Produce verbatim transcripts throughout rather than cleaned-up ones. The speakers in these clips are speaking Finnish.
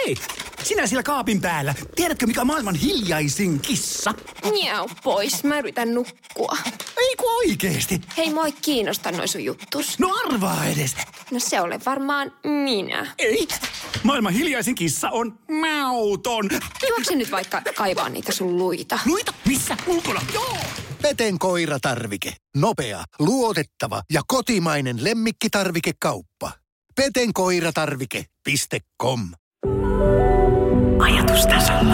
Hei, sinä siellä kaapin päällä. Tiedätkö, mikä on maailman hiljaisin kissa? Miau pois, mä yritän nukkua. Ei kun oikeesti. Hei, moi kiinnosta noi sun juttus. No arvaa edes. No se ole varmaan minä. Ei. Maailman hiljaisin kissa on mauton. Juokse nyt vaikka kaivaa niitä sun luita. Luita? Missä? Ulkona? Joo! Peten koiratarvike. Nopea, luotettava ja kotimainen lemmikkitarvikekauppa. peten koiratarvike piste com. Ajatustasolla.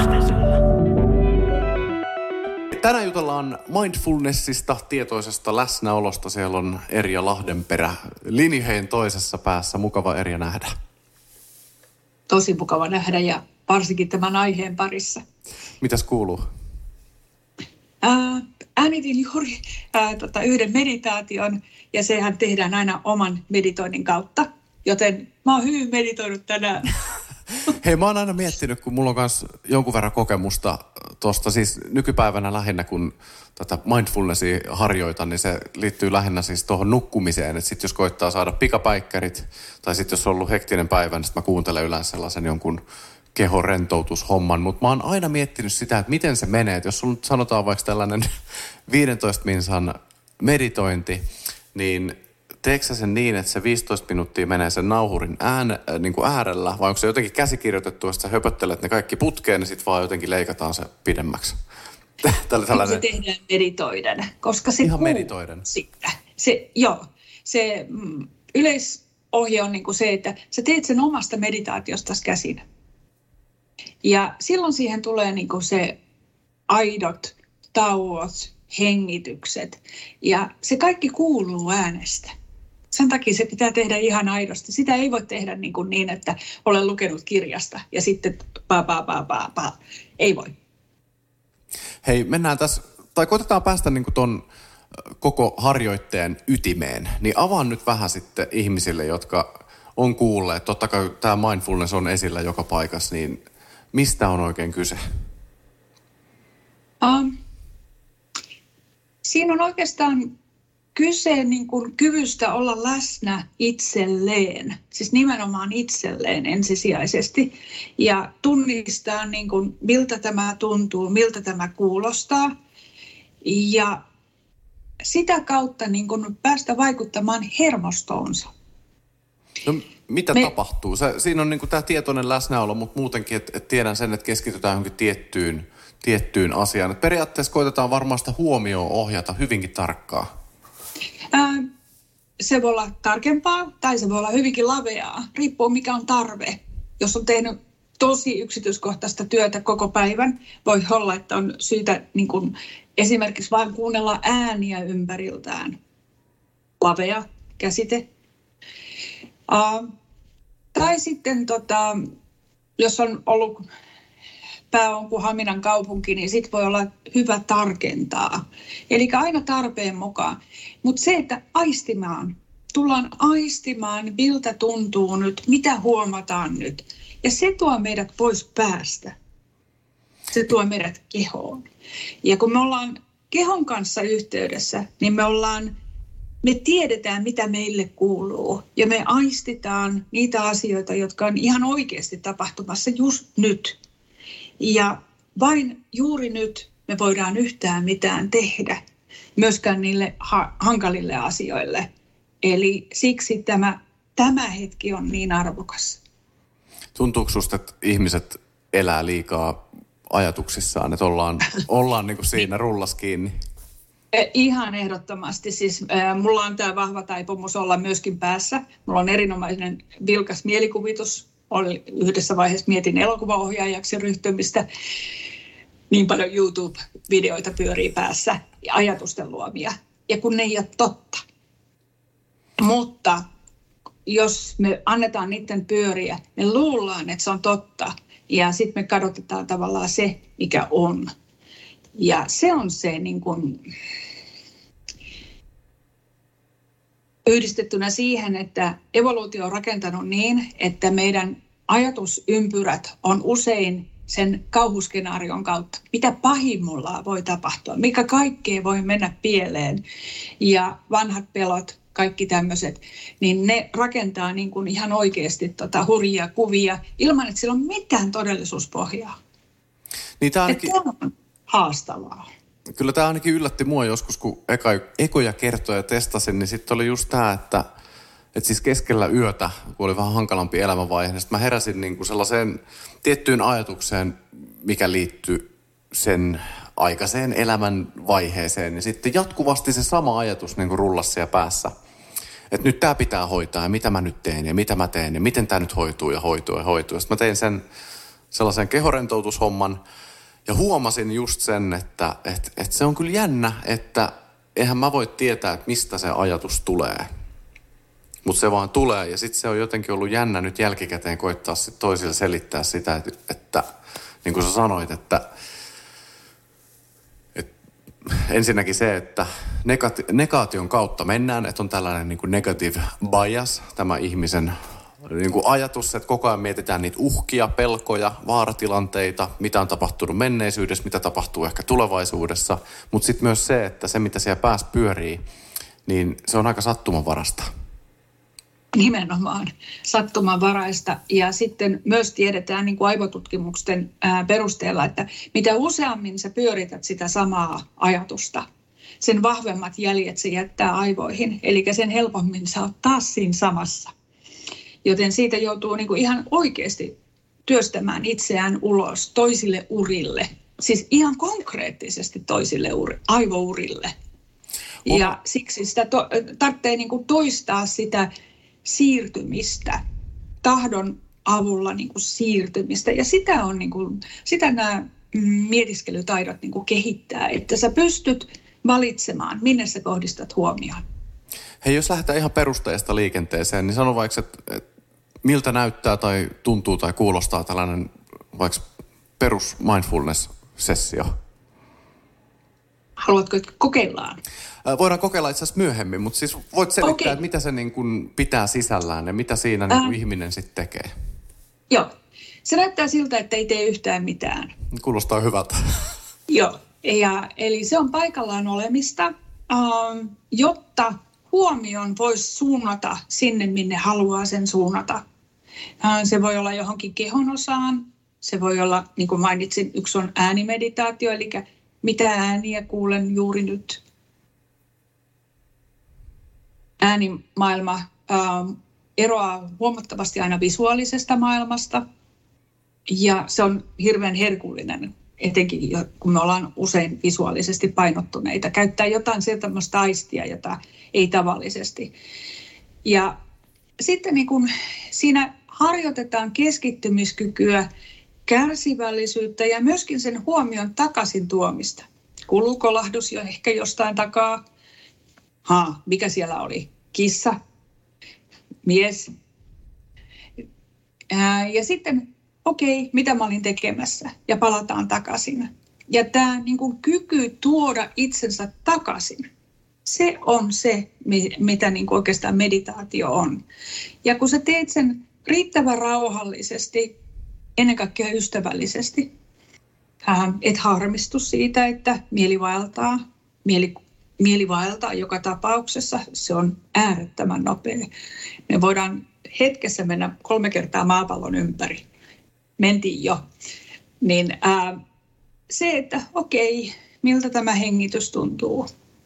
Tänään jutellaan mindfulnessista, tietoisesta läsnäolosta. Siellä on Erja Lahdenperä Liniheen toisessa päässä. Mukava Erja nähdä. Tosi mukava nähdä ja varsinkin tämän aiheen parissa. Mitäs kuuluu? Ää, äänitin juuri ää, tota, yhden meditaation ja sehän tehdään aina oman meditoinnin kautta. Joten mä oon hyvin meditoinut tänään. Hei, mä oon aina miettinyt, kun mulla on myös jonkun verran kokemusta tuosta, siis nykypäivänä lähinnä, kun tätä mindfulnessia harjoitan, niin se liittyy lähinnä siis tuohon nukkumiseen. Että sit jos koittaa saada pikapäikkärit, tai sit jos on ollut hektinen päivä, niin sit mä kuuntelen yleensä sellaisen jonkun kehon rentoutushomman. Mutta mä oon aina miettinyt sitä, että miten se menee. Et jos sulla nyt sanotaan vaikka tällainen viisitoista minsan meditointi, niin teekö sä sen niin, että se viisitoista minuuttia menee sen nauhurin ään, äh, niin kuin äärellä, vai onko se jotenkin käsikirjoitettu, että sä höpöttelet ne kaikki putkeen, niin sitten vaan jotenkin leikataan se pidemmäksi? Tällainen... Se tehdään meditoiden, koska se ihan meditoiden. Sitä. Se, joo, se mm, yleisohje on niin kuin se, että sä teet sen omasta meditaatiostasi käsin. Ja silloin siihen tulee niin kuin se aidot, tauot, hengitykset. Ja se kaikki kuuluu äänestä. Sen takia se pitää tehdä ihan aidosti. Sitä ei voi tehdä niin, kuin niin että olen lukenut kirjasta ja sitten paa, paa, paa, paa, paa. Ei voi. Hei, mennään tässä, tai koitetaan päästä niin kuin ton koko harjoitteen ytimeen. Niin avaan nyt vähän sitten ihmisille, jotka on kuulleet. Totta kai tämä mindfulness on esillä joka paikassa, niin mistä on oikein kyse? Um, siinä on oikeastaan kyse niin kuin kyvystä olla läsnä itselleen, siis nimenomaan itselleen ensisijaisesti, ja tunnistaa, niin kuin, miltä tämä tuntuu, miltä tämä kuulostaa, ja sitä kautta niin kuin, päästä vaikuttamaan hermostoonsa. No, mitä Me... tapahtuu? Se, siinä on niin kuin tämä tietoinen läsnäolo, mutta muutenkin, että et tiedän sen, että keskitytään johonkin tiettyyn, tiettyyn asiaan. Et periaatteessa koitetaan varmaan sitä huomioon ohjata hyvinkin tarkkaan. Ää, se voi olla tarkempaa tai se voi olla hyvinkin laveaa. Riippuu mikä on tarve. Jos on tehnyt tosi yksityiskohtaista työtä koko päivän, voi olla, että on syytä niin kuin, esimerkiksi vain kuunnella ääniä ympäriltään. Lavea käsite. Uh, tai sitten, tota, jos on ollut pää on kuin Haminan kaupunki, niin sitten voi olla hyvä tarkentaa. Eli aina tarpeen mukaan. Mutta se, että aistimaan, tullaan aistimaan, miltä tuntuu nyt, mitä huomataan nyt. Ja se tuo meidät pois päästä. Se tuo meidät kehoon. Ja kun me ollaan kehon kanssa yhteydessä, niin me ollaan Me tiedetään, mitä meille kuuluu, ja me aistitaan niitä asioita, jotka on ihan oikeasti tapahtumassa just nyt. Ja vain juuri nyt me voidaan yhtään mitään tehdä, myöskään niille ha- hankalille asioille. Eli siksi tämä, tämä hetki on niin arvokas. Tuntuuko susta, että ihmiset elää liikaa ajatuksissaan, että ollaan, ollaan niin kuin siinä rullas kiinni? Ihan ehdottomasti. Siis, äh, mulla on tämä vahva taipumus olla myöskin päässä. Mulla on erinomainen vilkas mielikuvitus. Oli yhdessä vaiheessa mietin elokuvaohjaajaksi ryhtymistä. Niin paljon YouTube-videoita pyörii päässä ja ajatusten luomia. Ja kun ne ei ole totta. Mutta jos me annetaan niiden pyöriä, me luullaan, että se on totta. Ja sitten me kadotetaan tavallaan se, mikä on. Ja se on se niin kuin, yhdistettynä siihen, että evoluutio on rakentanut niin, että meidän ajatusympyrät on usein sen kauhuskenaarion kautta. Mitä pahimmillaan voi tapahtua, mikä kaikkea voi mennä pieleen. Ja vanhat pelot, kaikki tämmöiset, niin ne rakentaa niin kuin ihan oikeasti tota hurjia kuvia ilman, että sillä on mitään todellisuuspohjaa. Niin tämä ainakin... Tämä on haastavaa. Kyllä tämä ainakin yllätti mua joskus, kun eka, ekoja kertoja testasin, niin sitten oli just tämä, että, että siis keskellä yötä, kun oli vähän hankalampi elämänvaihe, niin sitten mä heräsin niin kuin sellaiseen tiettyyn ajatukseen, mikä liittyy sen aikaiseen elämän vaiheeseen, niin sitten jatkuvasti se sama ajatus niin kuin rullasi siellä päässä. Että nyt tämä pitää hoitaa ja mitä mä nyt teen ja mitä mä teen ja miten tämä nyt hoituu ja hoituu ja hoituu. Sitten mä tein sen sellaisen kehorentoutushomman ja huomasin just sen, että, että, että se on kyllä jännä, että eihän mä voi tietää, että mistä se ajatus tulee. Mutta se vaan tulee ja sitten se on jotenkin ollut jännä nyt jälkikäteen koittaa sit toisille selittää sitä, että, että niin kuin sä sanoit, että ensinnäkin se, että negati- negaation kautta mennään, että on tällainen niin kuin negative bias, tämä ihmisen niin kuin ajatus, että koko ajan mietitään niitä uhkia, pelkoja, vaaratilanteita, mitä on tapahtunut menneisyydessä, mitä tapahtuu ehkä tulevaisuudessa, mutta sitten myös se, että se mitä siellä päässä pyörii, niin se on aika sattumanvarasta. Nimenomaan sattumanvaraista. Ja sitten myös tiedetään niin kuin aivotutkimusten ää, perusteella, että mitä useammin sä pyörität sitä samaa ajatusta, sen vahvemmat jäljet se jättää aivoihin. Eli sen helpommin sä oot taas siinä samassa. Joten siitä joutuu niin kuin ihan oikeasti työstämään itseään ulos toisille urille. Siis ihan konkreettisesti toisille uri, aivourille. Oh. Ja siksi sitä to, tarvitsee niin kuin toistaa sitä siirtymistä, tahdon avulla niin kuin siirtymistä. Ja sitä, on, niin kuin, sitä nämä mietiskelytaidot niin kuin kehittää, että sä pystyt valitsemaan, minne sä kohdistat huomioon. Hei, jos lähdetään ihan perusteesta liikenteeseen, niin sano vaikka, että, että miltä näyttää tai tuntuu tai kuulostaa tällainen vaikka perus mindfulness-sessio? Haluatko, että kokeillaan? Voidaan kokeilla itse asiassa myöhemmin, mutta siis voit selittää, okay. Että mitä se niin kuin pitää sisällään ja mitä siinä niin kuin äh. ihminen sitten tekee. Joo. Se näyttää siltä, että ei tee yhtään mitään. Kuulostaa hyvältä. Joo. Ja, eli se on paikallaan olemista, ähm, jotta huomion voisi suunnata sinne, minne haluaa sen suunnata. Äh, se voi olla johonkin kehonosaan. Se voi olla, niin kuin mainitsin, yksi on äänimeditaatio, eli mitä ääniä kuulen juuri nyt. Äänimaailma äh, eroaa huomattavasti aina visuaalisesta maailmasta ja se on hirveän herkullinen, etenkin kun me ollaan usein visuaalisesti painottuneita. Käyttää jotain sellaista aistia, jota ei tavallisesti. Ja sitten niin kun siinä harjoitetaan keskittymiskykyä, kärsivällisyyttä ja myöskin sen huomion takaisin tuomista. Kulukolahdus jo ehkä jostain takaa. Haa, mikä siellä oli? Kissa, mies. Ää, ja sitten, okei, okay, mitä mä olin tekemässä? Ja palataan takaisin. Ja tämä niin kuin kyky tuoda itsensä takaisin, se on se, mitä niin kuin oikeastaan meditaatio on. Ja kun sä teet sen riittävän rauhallisesti, ennen kaikkea ystävällisesti, ää, et harmistu siitä, että mieli vaeltaa, mieli Mieli vaeltaa joka tapauksessa, se on äärettömän nopea. Me voidaan hetkessä mennä kolme kertaa maapallon ympäri. Mentiin jo. Niin ää, se, että okei, miltä tämä hengitys tuntuu.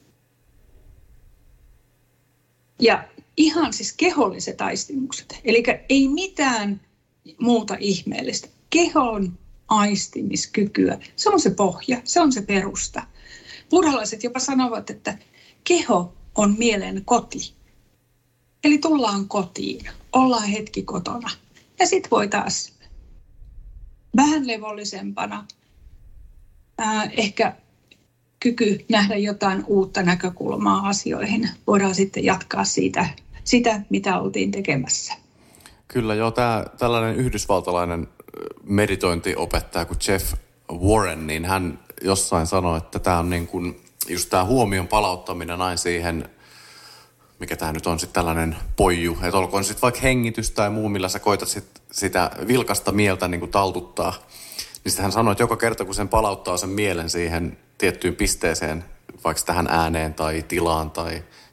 Ja ihan siis keholliset aistimukset. Eli ei mitään muuta ihmeellistä. Kehon aistimiskykyä, se on se pohja, se on se perusta. Buddhalaiset jopa sanovat, että keho on mielen koti. Eli tullaan kotiin, ollaan hetki kotona. Ja sitten voi taas vähän levollisempana, ää, ehkä kyky nähdä jotain uutta näkökulmaa asioihin. Voidaan sitten jatkaa siitä, sitä, mitä oltiin tekemässä. Kyllä joo, tää, tällainen yhdysvaltalainen meditointiopettaja kuin Jeff Warren, niin hän jossain sanoi, että tämä on niin kuin just tämä huomion palauttaminen aina siihen, mikä tämä nyt on sitten tällainen poiju, että olkoon sitten vaikka hengitys tai muu, millä sä koitat sit sitä vilkasta mieltä niin kuin taltuttaa. Niin sitten hän sanoi, että joka kerta kun sen palauttaa sen mielen siihen tiettyyn pisteeseen, vaikka tähän ääneen tai tilaan tai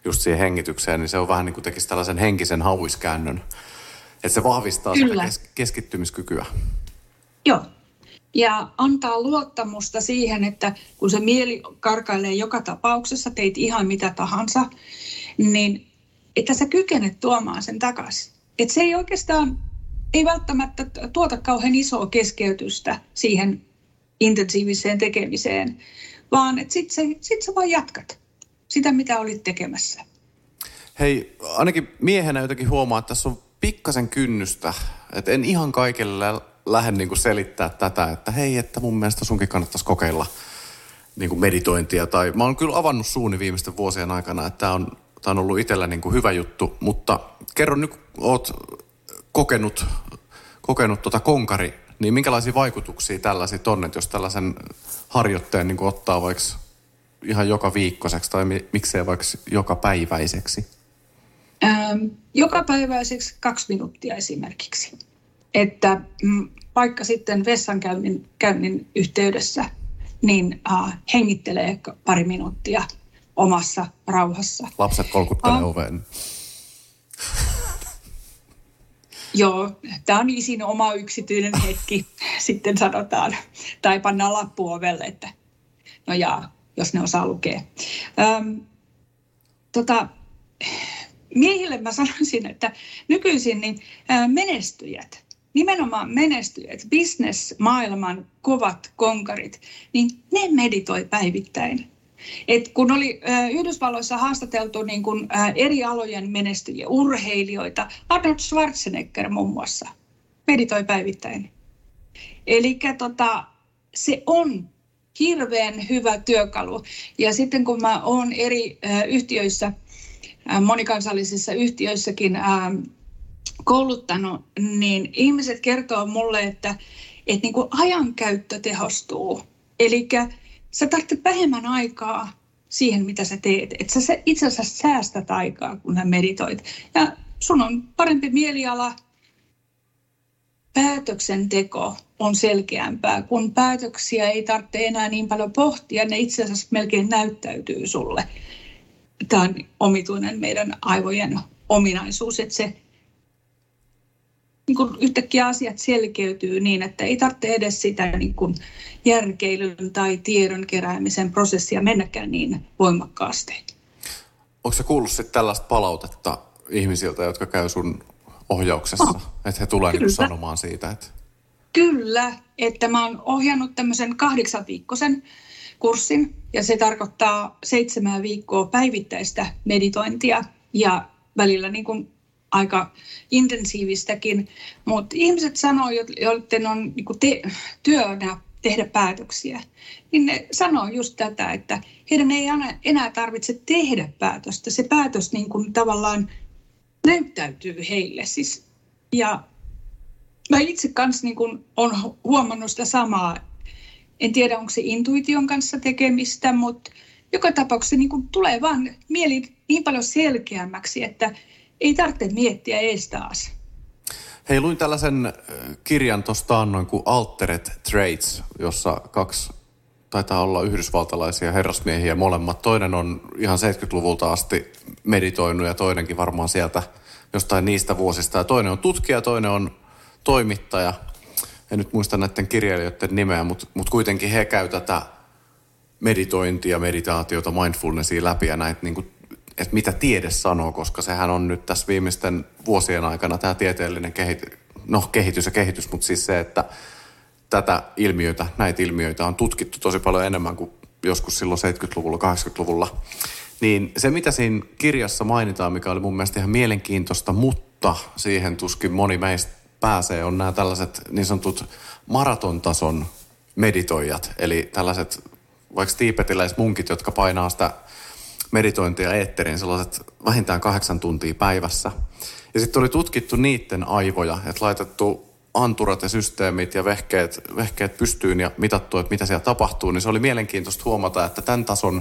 just siihen hengitykseen, niin se on vähän niin kuin tekisi tällaisen henkisen hauiskäännön. Että se vahvistaa Kyllä. sitä kes- keskittymiskykyä. Joo. Ja antaa luottamusta siihen, että kun se mieli karkailee joka tapauksessa, teit ihan mitä tahansa, niin että sä kykenet tuomaan sen takaisin. Että se ei oikeastaan, ei välttämättä tuota kauhean isoa keskeytystä siihen intensiiviseen tekemiseen, vaan että sit, se, sit sä vaan jatkat sitä, mitä olit tekemässä. Hei, ainakin miehenä jotenkin huomaa, että tässä on pikkasen kynnystä. Että en ihan kaikille lähde niin kuin selittää tätä, että hei, että mun mielestä sunkin kannattaisi kokeilla niin kuin meditointia. Tai mä oon kyllä avannut suuni viimeisten vuosien aikana, että tää on, tää on ollut itsellä niin kuin hyvä juttu. Mutta kerro nyt, kun oot kokenut, kokenut tota konkari, niin minkälaisia vaikutuksia tällaisia on, että jos tällaisen harjoitteen niin kuin ottaa vaikka ihan joka viikkoiseksi tai miksei vaikka joka päiväiseksi? Ähm, joka päiväiseksi kaksi minuuttia esimerkiksi. Että mm, vaikka sitten vessankäynnin käynnin yhteydessä, niin äh, hengittelee pari minuuttia omassa rauhassa. Lapset kolkuttelee Ah. oveen. Joo, tämä on isin oma yksityinen hetki, sitten sanotaan. Tai pannaan lappu ovelle, että no jaa, jos ne osaa lukea. Öm, tota, miehille mä sanoisin, että nykyisin niin, ä, menestyjät, nimenomaan menestyjät, business-maailman kovat konkarit, niin ne meditoi päivittäin. Et kun oli ä, Yhdysvalloissa haastateltu niin kun, ä, eri alojen menestyjiä, urheilijoita, Arnold Schwarzenegger muun muassa, meditoi päivittäin. Eli tota, se on hirveän hyvä työkalu. Ja sitten kun mä oon eri ä, yhtiöissä, ä, monikansallisissa yhtiöissäkin ä, kouluttanut, niin ihmiset kertoo mulle, että et niin kuin ajankäyttö tehostuu. Eli sä tarvitset vähemmän aikaa siihen, mitä sä teet. Että sä itse asiassa säästät aikaa, kun sä meditoit. Ja sun on parempi mieliala. Päätöksenteko on selkeämpää. Kun päätöksiä ei tarvitse enää niin paljon pohtia, ne itse asiassa melkein näyttäytyy sulle. Tämä on omituinen meidän aivojen ominaisuus, että se niin kun yhtäkkiä asiat selkeytyy niin, että ei tarvitse edes sitä niin kun järkeilyn tai tiedon keräämisen prosessia mennäkään niin voimakkaasti. Onko sä kuullut sitten tällaista palautetta ihmisiltä, jotka käy sun ohjauksessa? Oh, että he tulee niin sanomaan siitä, että... Kyllä, että mä oon ohjannut tämmöisen kahdeksan viikkoisen kurssin ja se tarkoittaa seitsemän viikkoa päivittäistä meditointia ja välillä niin kuin aika intensiivistäkin, mutta ihmiset sanoo, joiden on niin kuin te- työnä tehdä päätöksiä, niin ne sanoo just tätä, että heidän ei enää tarvitse tehdä päätöstä. Se päätös niin kuin tavallaan näyttäytyy heille. Siis, ja mä itse kanssa niin kuin olen huomannut sitä samaa. En tiedä, onko se intuition kanssa tekemistä, mutta joka tapauksessa niin kuin tulee vaan mieli niin paljon selkeämmäksi, että ei tarvitse miettiä ees taas. Hei, luin tällaisen kirjan tuosta annoin kuin Altered Traits, jossa kaksi taitaa olla yhdysvaltalaisia herrasmiehiä molemmat. Toinen on ihan seitsemänkymmentäluvulta asti meditoinut ja toinenkin varmaan sieltä jostain niistä vuosista. Ja toinen on tutkija, toinen on toimittaja. En nyt muista näiden kirjailijoiden nimeä, mutta, mutta kuitenkin he käy tätä meditointia, meditaatiota, mindfulnessia läpi ja näitä niin kuin, että mitä tiede sanoo, koska sehän on nyt tässä viimeisten vuosien aikana tämä tieteellinen kehitys, no kehitys ja kehitys, mutta siis se, että tätä ilmiöitä, näitä ilmiöitä on tutkittu tosi paljon enemmän kuin joskus silloin seitsemänkymmentäluvulla, kahdeksankymmentäluvulla. Niin se, mitä siinä kirjassa mainitaan, mikä oli mun mielestä ihan mielenkiintoista, mutta siihen tuskin moni meistä pääsee, on nämä tällaiset niin sanotut maratontason meditoijat, eli tällaiset vaikka tiibetiläismunkit, jotka painaa sitä meditointia eetteriin sellaiset vähintään kahdeksan tuntia päivässä. Ja sitten oli tutkittu niiden aivoja, että laitettu anturat ja systeemit ja vehkeet, vehkeet pystyyn ja mitattu, että mitä siellä tapahtuu. Niin se oli mielenkiintoista huomata, että tämän tason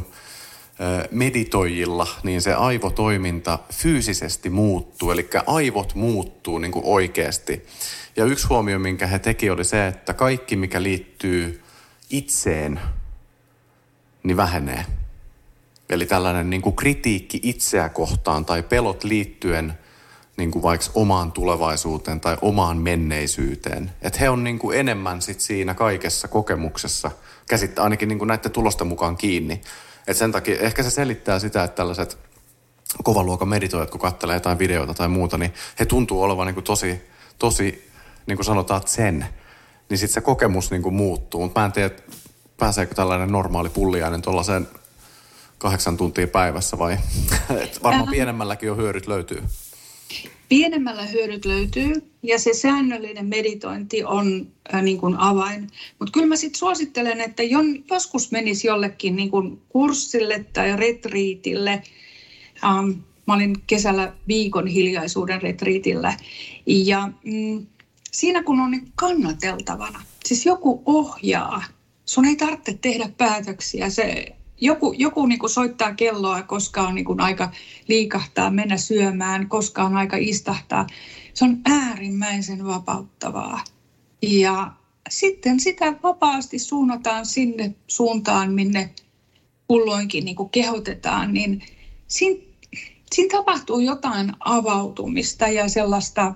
meditoijilla niin se aivotoiminta fyysisesti muuttuu, eli aivot muuttuu niin kuin oikeasti. Ja yksi huomio, minkä he teki, oli se, että kaikki, mikä liittyy itseen, niin vähenee. Eli tällainen niin kuin kritiikki itseä kohtaan tai pelot liittyen niin kuin vaikka omaan tulevaisuuteen tai omaan menneisyyteen. Että he on niin kuin enemmän sit siinä kaikessa kokemuksessa, käsittää ainakin niin kuin näiden tulosten mukaan kiinni. Että sen takia ehkä se selittää sitä, että tällaiset kovan luokan meditoijat, kun katselee jotain videoita tai muuta, niin he tuntuu olevan niin kuin tosi, tosi, niin kuin sanotaan, zen. Niin sitten se kokemus niin kuin muuttuu. Mutta mä en tiedä, pääseekö tällainen normaali pulliainen tuollaiseen kahdeksan tuntia päivässä vai? Varmaan pienemmälläkin on hyödyt löytyy. Pienemmällä hyödyt löytyy ja se säännöllinen meditointi on äh, niin kuin avain. Mutta kyllä mä sitten suosittelen, että jon, joskus menisi jollekin niin kuin kurssille tai retriitille. Ähm, mä olin kesällä viikon hiljaisuuden retriitillä ja mm, siinä kun on niin kannateltavana, siis joku ohjaa, sun ei tarvitse tehdä päätöksiä, se Joku, joku niin kuin soittaa kelloa, koska on niin kuin aika liikahtaa, mennä syömään, koska on aika istahtaa. Se on äärimmäisen vapauttavaa. Ja sitten sitä vapaasti suunnataan sinne suuntaan, minne kulloinkin niin kuin kehotetaan. Niin siinä, siinä tapahtuu jotain avautumista ja sellaista,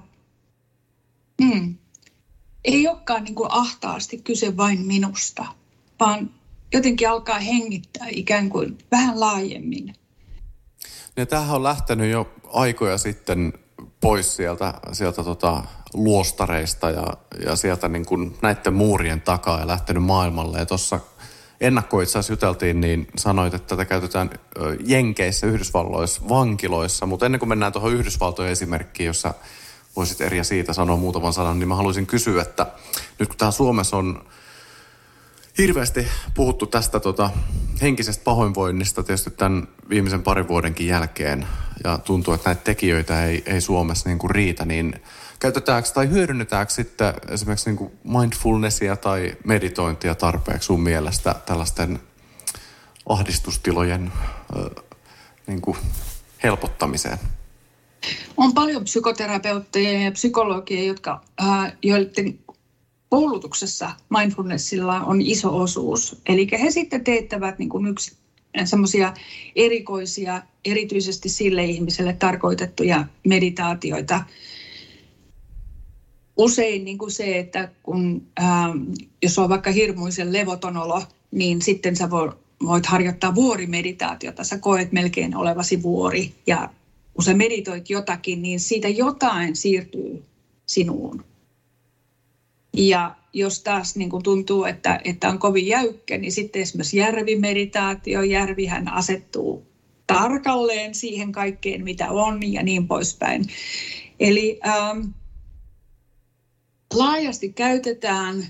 hmm, ei olekaan niin kuin ahtaasti kyse vain minusta, vaan jotenkin alkaa hengittää ikään kuin vähän laajemmin. Ja tämähän on lähtenyt jo aikoja sitten pois sieltä, sieltä tota luostareista ja, ja sieltä niin kuin näiden muurien takaa ja lähtenyt maailmalle. Ja tuossa ennakkoon itse asiassa juteltiin, niin sanoit, että tätä käytetään Jenkeissä, Yhdysvalloissa, vankiloissa. Mutta ennen kuin mennään tuohon Yhdysvaltojen esimerkkiin, jossa voisit Erja siitä sanoa muutaman sanan, niin mä haluaisin kysyä, että nyt kun täällä Suomessa on hirveästi puhuttu tästä tota, henkisestä pahoinvoinnista tietysti tämän viimeisen parin vuodenkin jälkeen ja tuntuu, että näitä tekijöitä ei, ei Suomessa niin kuin riitä, niin käytetäänkö tai hyödynnetäänkö sitten esimerkiksi niin kuin mindfulnessia tai meditointia tarpeeksi sun mielestä tällaisten ahdistustilojen äh, niin kuin helpottamiseen? On paljon psykoterapeutteja ja psykologia, jotka, äh, joiden koulutuksessa mindfulnessilla on iso osuus. Eli he sitten teettävät niin kuin yksi semmoisia erikoisia, erityisesti sille ihmiselle tarkoitettuja meditaatioita. Usein niin kuin se, että kun, ää, jos on vaikka hirmuisen levoton olo, niin sitten sä voit harjoittaa vuorimeditaatiota. Sä koet melkein olevasi vuori ja kun sä meditoit jotakin, niin siitä jotain siirtyy sinuun. Ja jos taas niin kuin tuntuu, että, että on kovin jäykkä, niin sitten esimerkiksi järvimeditaatio, järvihän asettuu tarkalleen siihen kaikkeen, mitä on ja niin poispäin. Eli ähm, laajasti käytetään,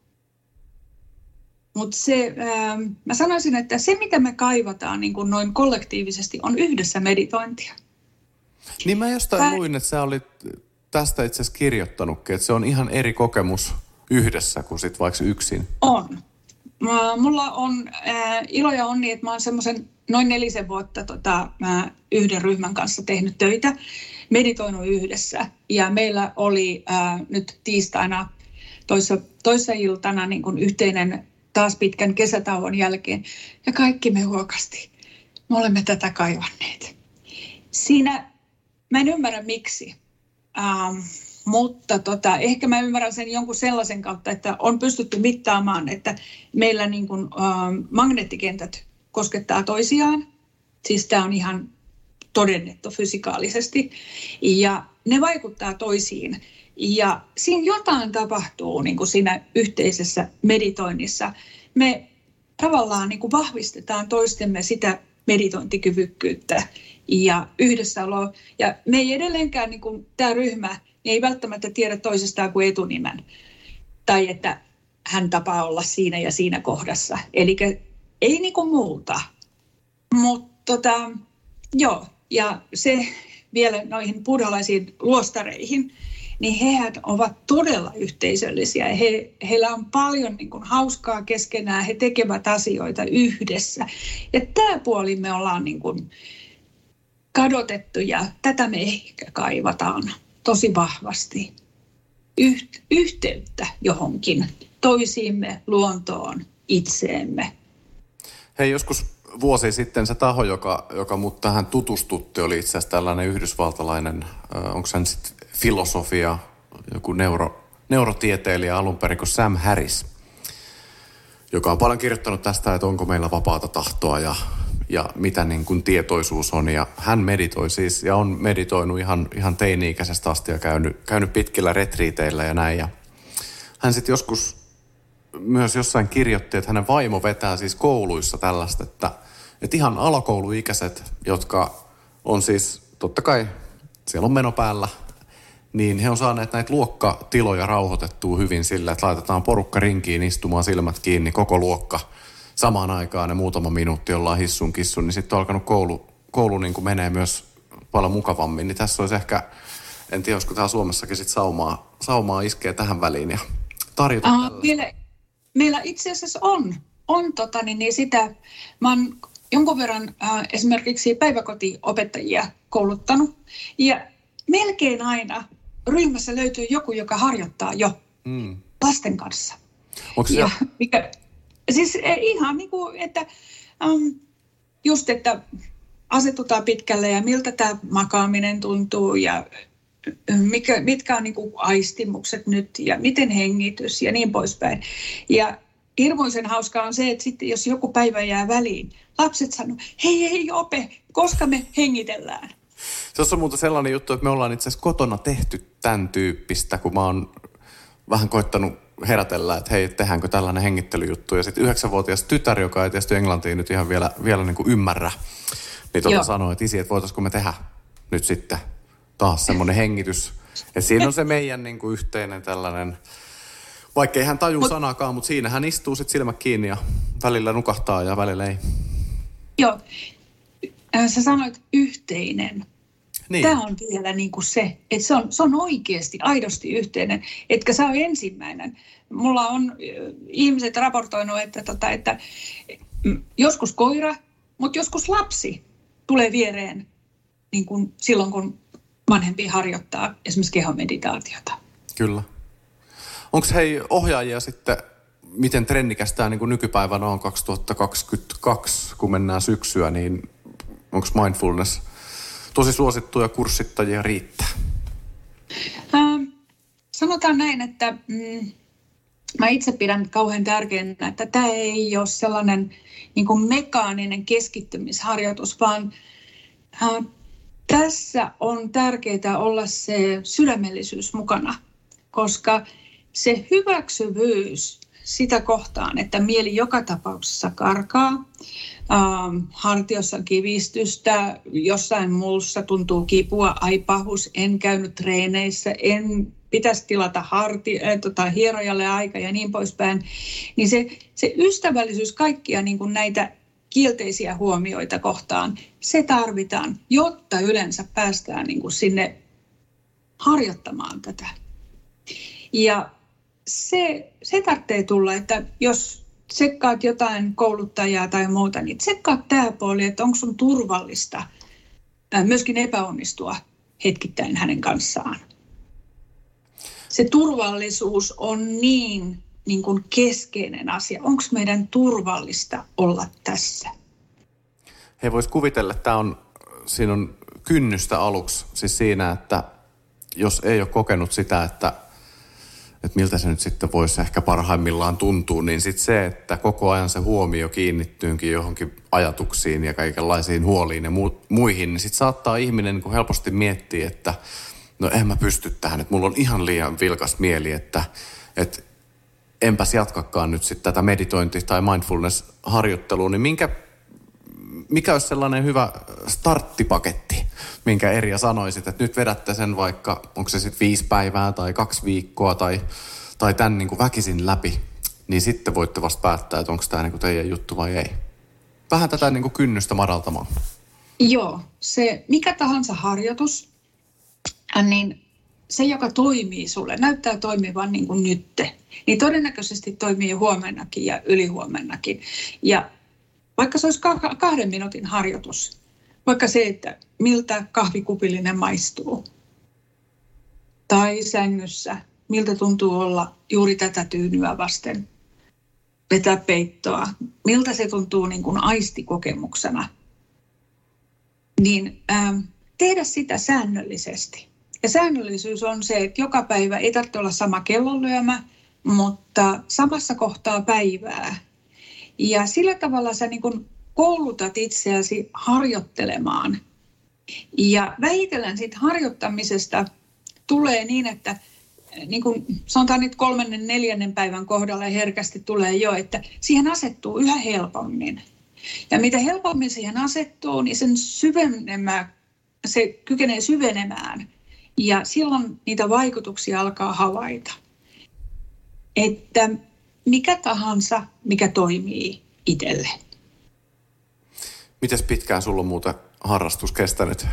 mutta se, ähm, mä sanoisin, että se mitä me kaivataan niin kuin noin kollektiivisesti on yhdessä meditointia. Niin mä jostain Tää... luin, että sä olit tästä itse asiassa kirjoittanutkin, että se on ihan eri kokemus yhdessä kuin sitten vaikka yksin. On. Mulla on äh, ilo ja onni, että mä oon semmoisen noin nelisen vuotta tota, mä yhden ryhmän kanssa tehnyt töitä, meditoinut yhdessä. Ja meillä oli äh, nyt tiistaina toissa, toissa iltana niin kuin yhteinen taas pitkän kesätauon jälkeen. Ja kaikki me huokasti. Me olemme tätä kaivanneet. Siinä mä en ymmärrä miksi. Ähm, mutta tota, ehkä mä ymmärrän sen jonkun sellaisen kautta, että on pystytty mittaamaan, että meillä niin kuin, ähm, magneettikentät koskettaa toisiaan. Siis tämä on ihan todennettu fysikaalisesti. Ja ne vaikuttaa toisiin. Ja siinä jotain tapahtuu niin kuin siinä yhteisessä meditoinnissa. Me tavallaan niin kuin vahvistetaan toistemme sitä meditointikyvykkyyttä ja yhdessäoloa. Ja me ei edelleenkään, niin kuin tämä ryhmä, ei välttämättä tiedä toisestaan kuin etunimen. Tai että hän tapaa olla siinä ja siinä kohdassa. Eli ei niin kuin muuta. Mutta tota, joo, ja se vielä noihin buddhalaisiin luostareihin, niin hehän ovat todella yhteisöllisiä. He, heillä on paljon niin kuin hauskaa keskenään, he tekevät asioita yhdessä. Ja tämä puoli me ollaan niin kuin kadotettu ja tätä me ehkä kaivataan tosi vahvasti. Yht, yhteyttä johonkin toisiimme, luontoon, itseemme. Hei, joskus vuosi sitten se taho, joka, joka mut tähän tutustutti, oli itse asiassa tällainen yhdysvaltalainen, äh, onko se nyt sitten filosofia, joku neuro, neurotieteilijä alun perin kuin Sam Harris, joka on paljon kirjoittanut tästä, että onko meillä vapaata tahtoa ja, ja mitä niin kuin tietoisuus on. Ja hän meditoi siis ja on meditoinut ihan, ihan teini-ikäisestä asti ja käynyt, käynyt pitkillä retriiteillä ja näin. Ja hän sitten joskus myös jossain kirjoitti, että hänen vaimo vetää siis kouluissa tällaista, että, että ihan alakouluikäiset, jotka on siis totta kai, siellä on meno päällä, niin he on saaneet näitä luokkatiloja rauhoitettua hyvin sillä, että laitetaan porukka rinkiin istumaan silmät kiinni, koko luokka samaan aikaan ja muutama minuutti ollaan hissun kissun, niin sitten on alkanut koulu, koulu niin kuin menee myös paljon mukavammin. Niin tässä olisi ehkä, en tiedä, olisiko täällä Suomessakin sitten saumaa, saumaa iskee tähän väliin ja tarjota Aha, tällaista. meillä, meillä itse asiassa on, on tota, niin, niin sitä, mä oon jonkun verran äh, esimerkiksi päiväkotiopettajia kouluttanut ja melkein aina ryhmässä löytyy joku, joka harjoittaa jo mm. lasten kanssa. Onko se ja, mikä, siis ihan niin kuin, että um, just, että asetutaan pitkälle ja miltä tämä makaaminen tuntuu ja mikä, mitkä on niin kuin aistimukset nyt ja miten hengitys ja niin poispäin. Ja hirmuisen hauskaa on se, että sitten jos joku päivä jää väliin, lapset sanoo, hei hei ope, koska me hengitellään. Se on muuten sellainen juttu, että me ollaan itse asiassa kotona tehty tämän tyyppistä, kun mä oon vähän koittanut herätellä, että hei, tehdäänkö tällainen hengittelyjuttu. Ja sitten yhdeksänvuotias tytär, joka ei tietysti englantia nyt ihan vielä, vielä niin kuin ymmärrä, niin tuota sanoi, että isi, että voitaisiko me tehdä nyt sitten taas semmoinen hengitys. Ja siinä on se meidän niin kuin yhteinen tällainen, vaikka ei hän taju Mut, sanakaan, mutta siinä hän istuu sitten silmät kiinni ja välillä nukahtaa ja välillä ei. Joo. Sä sanoit yhteinen. Niin. Tämä on vielä niin kuin se, että se on, se on oikeasti, aidosti yhteinen. Etkä sä ole ensimmäinen. Mulla on ihmiset raportoinut, että, tota, että joskus koira, mutta joskus lapsi tulee viereen niin kuin silloin, kun vanhempi harjoittaa esimerkiksi kehomeditaatiota. Kyllä. Onko hei ohjaajia sitten, miten trennikäs tämä niin kuin nykypäivänä on kaksituhattakaksikymmentäkaksi, kun mennään syksyä, niin onko mindfulness tosi suosittuja kurssittajia riittää? Ähm, sanotaan näin, että mm, mä itse pidän kauhean tärkeänä, että tämä ei ole sellainen niin kuin mekaaninen keskittymisharjoitus, vaan äh, tässä on tärkeää olla se sydämellisyys mukana, koska se hyväksyvyys sitä kohtaan, että mieli joka tapauksessa karkaa, ähm, hartiossa kivistystä, jossain muussa tuntuu kipua, ai pahus, en käynyt treeneissä, en pitäisi tilata harti, äh, tota, hierojalle aika ja niin poispäin, niin se, se ystävällisyys kaikkia niin kuin näitä kielteisiä huomioita kohtaan, se tarvitaan, jotta yleensä päästään niin kuin sinne harjoittamaan tätä. Ja se, se tarvitsee tulla, että jos tsekkaat jotain kouluttajaa tai muuta, niin tsekkaat tämä puoli, että onko sun turvallista myöskin epäonnistua hetkittäin hänen kanssaan. Se turvallisuus on niin, niin kuin keskeinen asia. Onko meidän turvallista olla tässä? Hei, vois kuvitella, että tämä on, siinä on kynnystä aluksi. Siis siinä, että jos ei ole kokenut sitä, että että miltä se nyt sitten voisi ehkä parhaimmillaan tuntua, niin sitten se, että koko ajan se huomio kiinnittyykin johonkin ajatuksiin ja kaikenlaisiin huoliin ja mu- muihin, niin sitten saattaa ihminen niin helposti miettiä, että no en mä pysty tähän, että mulla on ihan liian vilkas mieli, että, että enpäs jatkakaan nyt sitten tätä meditointi- tai mindfulness-harjoittelua, niin minkä, mikä olisi sellainen hyvä starttipaketti, minkä Erja sanoisit, että nyt vedätte sen vaikka, onko se sitten viisi päivää tai kaksi viikkoa tai, tai tämän niin kuin väkisin läpi, niin sitten voitte vasta päättää, että onko tämä niin kuin teidän juttu vai ei. Vähän tätä niin kuin kynnystä madaltamaan. Joo, se mikä tahansa harjoitus, niin se, joka toimii sulle, näyttää toimivan niin kuin nytte, niin todennäköisesti toimii huomennakin ja ylihuomennakin. Ja vaikka se olisi kahden minuutin harjoitus, vaikka se, että miltä kahvikupillinen maistuu, tai sängyssä, miltä tuntuu olla juuri tätä tyynyä vasten, vetää peittoa, miltä se tuntuu niin kuin aistikokemuksena, niin ää, tehdä sitä säännöllisesti. Ja säännöllisyys on se, että joka päivä ei tarvitse olla sama kellonlyömä, mutta samassa kohtaa päivää. Ja sillä tavalla sä niin kuin koulutat itseäsi harjoittelemaan. Ja vähitellen siitä harjoittamisesta tulee niin, että niin kuin sanotaan nyt kolmannen, neljännen päivän kohdalla herkästi tulee jo, että siihen asettuu yhä helpommin. Ja mitä helpommin siihen asettuu, niin sen syvenemään, se kykenee syvenemään. Ja silloin niitä vaikutuksia alkaa havaita. Että mikä tahansa, mikä toimii itselle. Mites pitkään sulla on muuten harrastus kestänyt?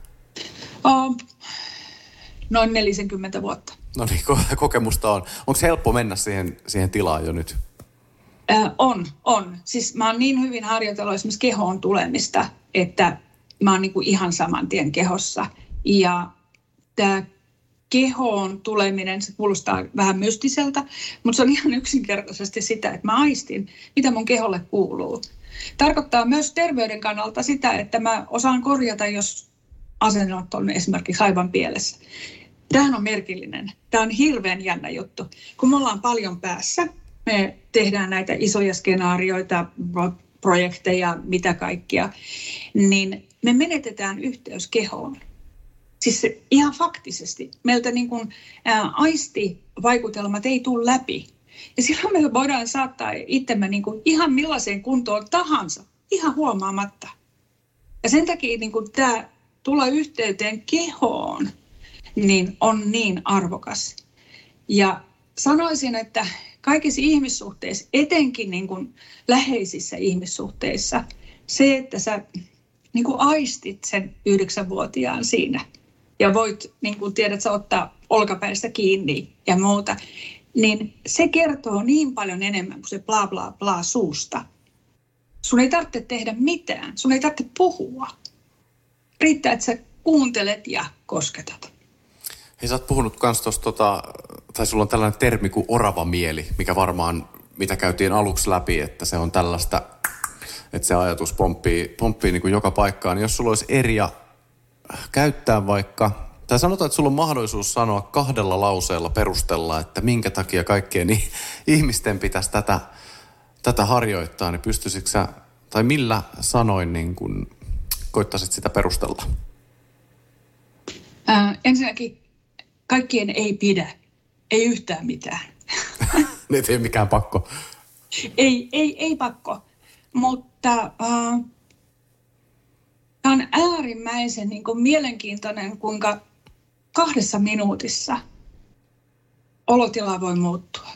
Oh, noin neljäkymmentä vuotta. No niin, kokemusta on. Onko helppo mennä siihen, siihen tilaan jo nyt? Äh, on, on. Siis mä oon niin hyvin harjoitellut esimerkiksi kehoon tulemista, että mä oon niinku ihan saman tien kehossa. Ja tämä kehoon tuleminen, se kuulostaa vähän mystiseltä, mutta se on ihan yksinkertaisesti sitä, että mä aistin, mitä mun keholle kuuluu. Tarkoittaa myös terveyden kannalta sitä, että mä osaan korjata, jos asennot on esimerkiksi aivan pielessä. Tämähän on merkillinen. Tämä on hirveän jännä juttu. Kun me ollaan paljon päässä, me tehdään näitä isoja skenaarioita, projekteja, mitä kaikkia, niin me menetetään yhteys kehoon. Siis ihan faktisesti. Meiltä niin kuin, ää, aistivaikutelmat ei tule läpi. Ja silloin me voidaan saattaa itsemme niin kuin ihan millaiseen kuntoon tahansa, ihan huomaamatta. Ja sen takia niin kuin tämä tulla yhteyteen kehoon niin on niin arvokas. Ja sanoisin, että kaikissa ihmissuhteissa, etenkin niin kuin läheisissä ihmissuhteissa, se, että sä niin kuin aistit sen yhdeksänvuotiaan siinä ja voit, niin kuin tiedät, sä ottaa olkapäistä kiinni ja muuta, niin se kertoo niin paljon enemmän kuin se bla bla bla suusta. Sun ei tarvitse tehdä mitään, sun ei tarvitse puhua. Riittää, että sä kuuntelet ja kosketat. Hei, sä oot puhunut kans tosta, tota, tai sulla on tällainen termi kuin orava mieli, mikä varmaan, mitä käytiin aluksi läpi, että se on tällaista, että se ajatus pomppii, pomppii niin kuin joka paikkaan. Niin jos sulla olisi eriä käyttää vaikka, tai sanotaan, että sulla on mahdollisuus sanoa kahdella lauseella perustella, että minkä takia kaikkien ihmisten pitäisi tätä, tätä harjoittaa, niin pystyisikö sä, tai millä sanoin niin kuin koittaisit sitä perustella? Äh, ensinnäkin kaikkien ei pidä, ei yhtään mitään. Ne ei mikään pakko. Ei, ei, ei pakko, mutta äh, tämä on äärimmäisen niin kuin mielenkiintoinen, kuinka kahdessa minuutissa olotila voi muuttua.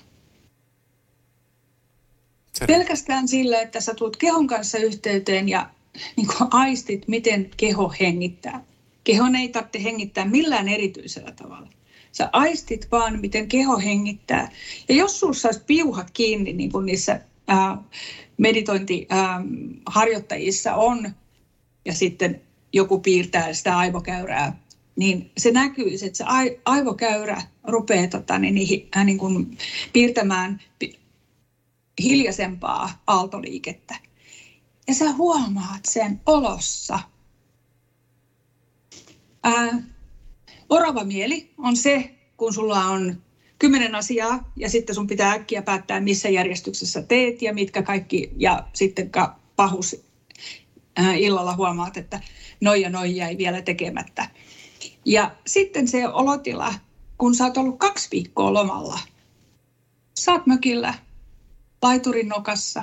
Se... Pelkästään sillä, että sä tulet kehon kanssa yhteyteen ja niin kuin aistit, miten keho hengittää. Kehon ei tarvitse hengittää millään erityisellä tavalla. Sä aistit vaan, miten keho hengittää. Ja jos sulla saisi piuhat kiinni, niin kuin niissä ää, meditointiharjoittajissa on, ja sitten joku piirtää sitä aivokäyrää, niin se näkyy, että se aivokäyrä rupeaa tota, niin, äh, niin kuin piirtämään hiljaisempaa aaltoliikettä. Ja sä huomaat sen olossa. Ää, orava mieli on se, kun sulla on kymmenen asiaa ja sitten sun pitää äkkiä päättää, missä järjestyksessä teet ja mitkä kaikki. Ja sitten pahus ää, illalla huomaat, että noi ja noi jäi vielä tekemättä. Ja sitten se olotila, kun sä oot ollut kaksi viikkoa lomalla. Sä oot mökillä, laiturin nokassa,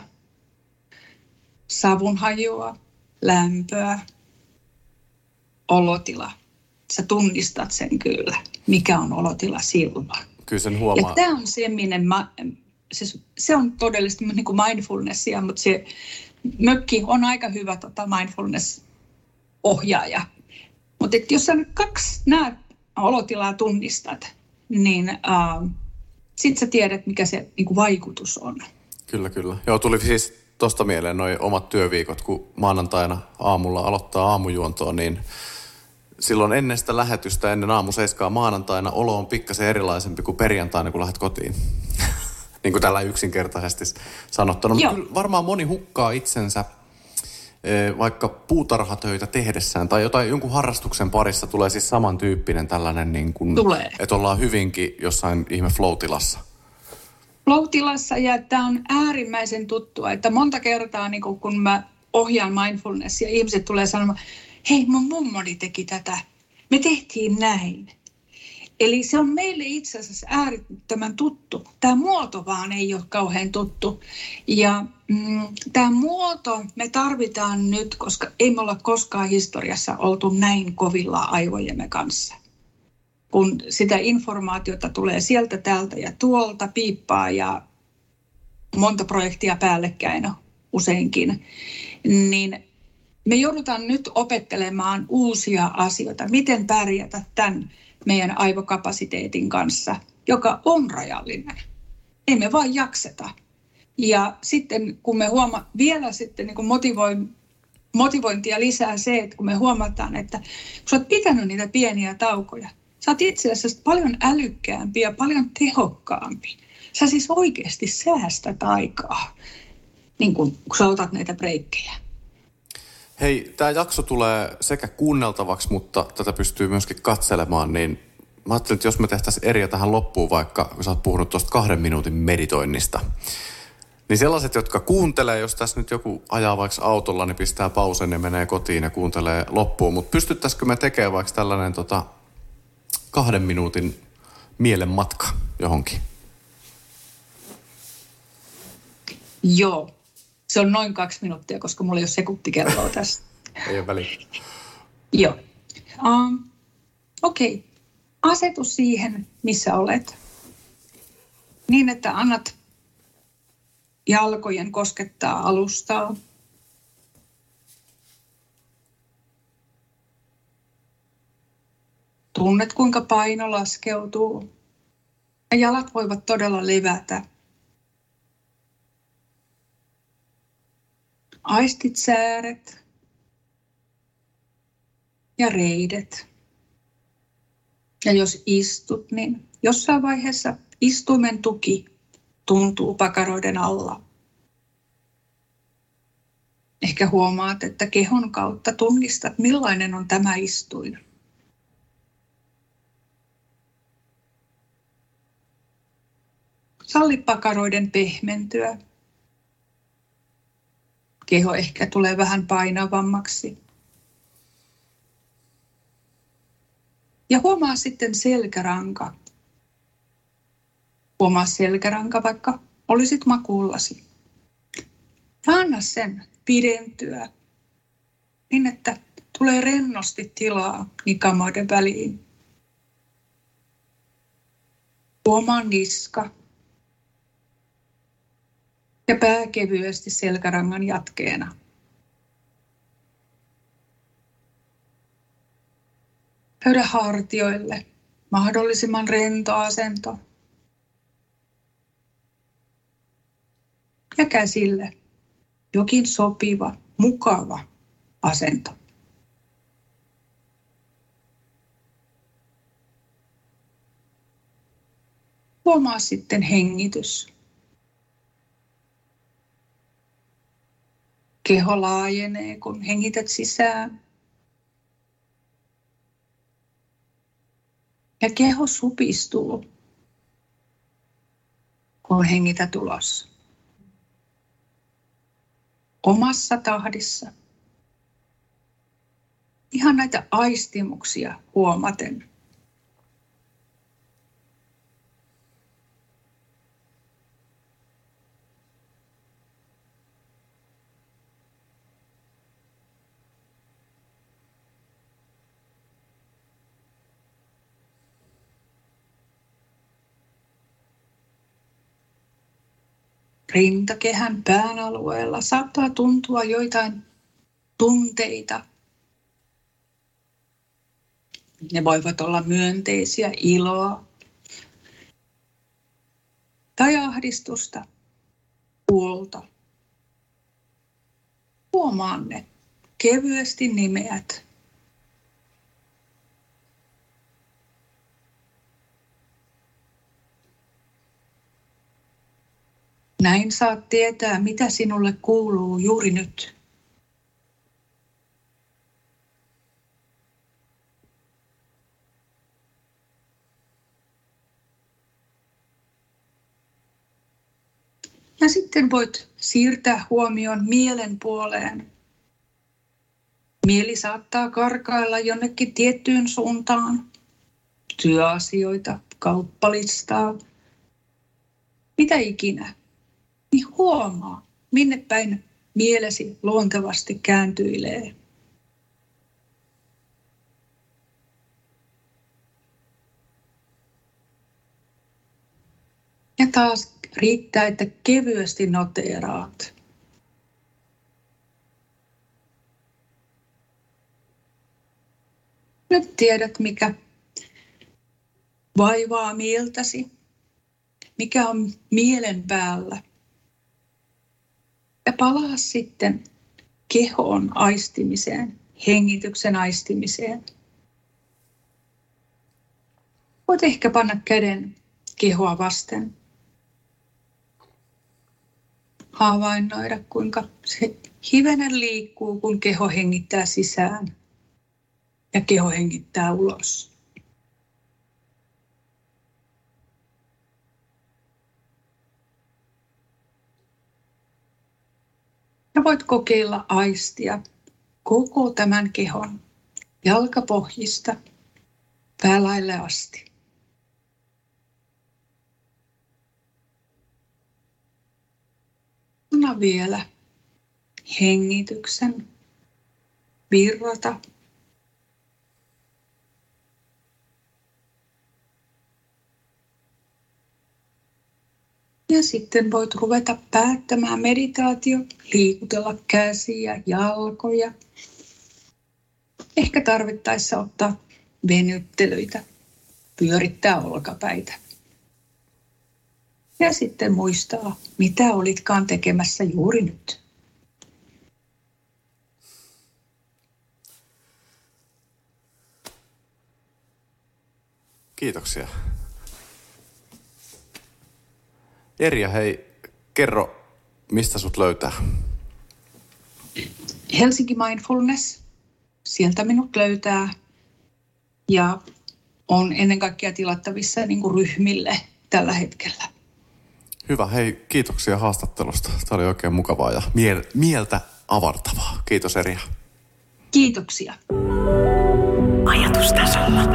savunhajua, lämpöä, olotila. Sä tunnistat sen kyllä, mikä on olotila silloin. Kyllä sen huomaa. Ja tämä on se, minne mä, se, se on todellisesti niin kuin mindfulnessia, mutta se mökki on aika hyvä tota mindfulness-ohjaaja. Mutta jos sä nyt kaksi näet olotilaa tunnistat, niin äh, sit sä tiedät, mikä se niin kuin vaikutus on. Kyllä, kyllä. Joo, tuli siis tuosta mieleen noi omat työviikot, kun maanantaina aamulla aloittaa aamujuontoa, niin silloin ennen sitä lähetystä, ennen aamu seiskaa maanantaina, olo on pikkasen erilaisempi kuin perjantaina, kun lähdet kotiin. niin kuin tällä yksinkertaisesti sanottuna. Mutta kyllä varmaan moni hukkaa itsensä vaikka puutarhatöitä tehdessään tai jotain jonkun harrastuksen parissa tulee siis samantyyppinen tällainen, niin kuin, että ollaan hyvinkin jossain ihme flow-tilassa. Flow-tilassa ja tämä on äärimmäisen tuttua, että monta kertaa niin kun mä ohjaan mindfulnessia, ihmiset tulee sanomaan, hei mun mummoni teki tätä, me tehtiin näin. Eli se on meille itse asiassa äärettömän tuttu. Tämä muoto vaan ei ole kauhean tuttu. Ja mm, tämä muoto me tarvitaan nyt, koska ei me olla koskaan historiassa oltu näin kovilla aivojemme kanssa. Kun sitä informaatiota tulee sieltä, täältä ja tuolta, piippaa ja monta projektia päällekkäin useinkin, niin me joudutaan nyt opettelemaan uusia asioita, miten pärjätä tämän meidän aivokapasiteetin kanssa, joka on rajallinen. Ei me vaan jakseta. Ja sitten kun me huoma- vielä sitten niin kuin motivoin, motivointia lisää se, että kun me huomataan, että kun sä oot pitänyt niitä pieniä taukoja, sä oot itse asiassa paljon älykkäämpi ja paljon tehokkaampi. Sä siis oikeasti säästät aikaa, niin kun, kun sä otat näitä breikkejä. Hei, tämä jakso tulee sekä kuunneltavaksi, mutta tätä pystyy myöskin katselemaan, niin mä ajattelin, että jos me tehtäisiin eriä tähän loppuun, vaikka kun sä oot puhunut tuosta kahden minuutin meditoinnista, niin sellaiset, jotka kuuntelee, jos tässä nyt joku ajaa vaikka autolla, niin pistää pausen ja menee kotiin ja kuuntelee loppuun, mutta pystyttäisikö me tekemään vaikka tällainen tota, kahden minuutin mielen matka johonkin? Joo. Se on noin kaksi minuuttia, koska mulla ei ole sekuntikelloa tässä. Ei ole väliä. Joo. Um, Okei. Okay. Asetu siihen, missä olet. Niin, että annat jalkojen koskettaa alustaa. Tunnet, kuinka paino laskeutuu. Ja jalat voivat todella levätä. Aistit sääret ja reidet. Ja jos istut, niin jossain vaiheessa istuimen tuki tuntuu pakaroiden alla. Ehkä huomaat, että kehon kautta tunnistat, millainen on tämä istuin. Salli pakaroiden pehmentyä. Keho ehkä tulee vähän painavammaksi. Ja huomaa sitten selkäranka. Huomaa selkäranka, vaikka olisit makuullasi. Ja anna sen pidentyä niin, että tulee rennosti tilaa nikamoiden väliin. Huomaa niska. Ja pää kevyesti selkärangan jatkeena. Löydä hartioille mahdollisimman rento asento. Ja käsille jokin sopiva, mukava asento. Huomaa sitten hengitys. Keho laajenee, kun hengität sisään. Ja keho supistuu, kun hengität ulos. Omassa tahdissa. Ihan näitä aistimuksia huomaten. Rintakehän pään alueella saattaa tuntua joitain tunteita. Ne voivat olla myönteisiä, iloa tai ahdistusta, huolta. Huomaa ne, kevyesti nimeät. Näin saat tietää, mitä sinulle kuuluu juuri nyt. Ja sitten voit siirtää huomion mielen puoleen. Mieli saattaa karkailla jonnekin tiettyyn suuntaan. Työasioita, kauppalistaa, mitä ikinä. Niin huomaa, minne päin mielesi luontevasti kääntyilee. Ja taas riittää, että kevyesti noteeraat. Nyt tiedät, mikä vaivaa mieltäsi, mikä on mielen päällä. Ja palaa sitten kehon aistimiseen, hengityksen aistimiseen. Voit ehkä panna käden kehoa vasten. Havainnoida, kuinka se hivenen liikkuu, kun keho hengittää sisään ja keho hengittää ulos. Ja voit kokeilla aistia koko tämän kehon jalkapohjista päälaille asti. Anna vielä hengityksen virrata. Ja sitten voit ruveta päättämään meditaatio, liikutella käsiä, jalkoja. Ehkä tarvittaessa ottaa venyttelyitä, pyörittää olkapäitä. Ja sitten muistaa, mitä olitkaan tekemässä juuri nyt. Kiitoksia. Erja, hei, kerro, mistä sut löytää? Helsinki Mindfulness, sieltä minut löytää ja on ennen kaikkea tilattavissa niin kuin ryhmille tällä hetkellä. Hyvä, hei, kiitoksia haastattelusta. Tämä oli oikein mukavaa ja miel- mieltä avartavaa. Kiitos, Erja. Kiitoksia. Ajatustasolla.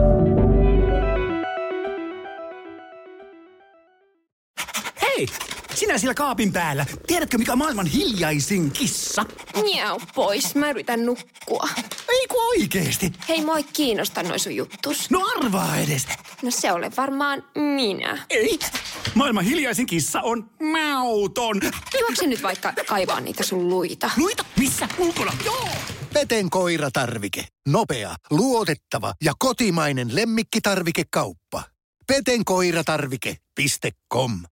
Hei, sinä siellä kaapin päällä. Tiedätkö, mikä on maailman hiljaisin kissa? Miau pois, mä yritän nukkua. Ei kun oikeesti. Hei, moi kiinnosta noi sun juttus. No arvaa edes. No se ole varmaan minä. Ei. Maailman hiljaisin kissa on mauton. Juokse nyt vaikka kaivaa niitä sun luita. Luita? Missä? Ulkona? Joo! Peten koiratarvike. Nopea, luotettava ja kotimainen lemmikkitarvikekauppa. peten koiratarvike piste com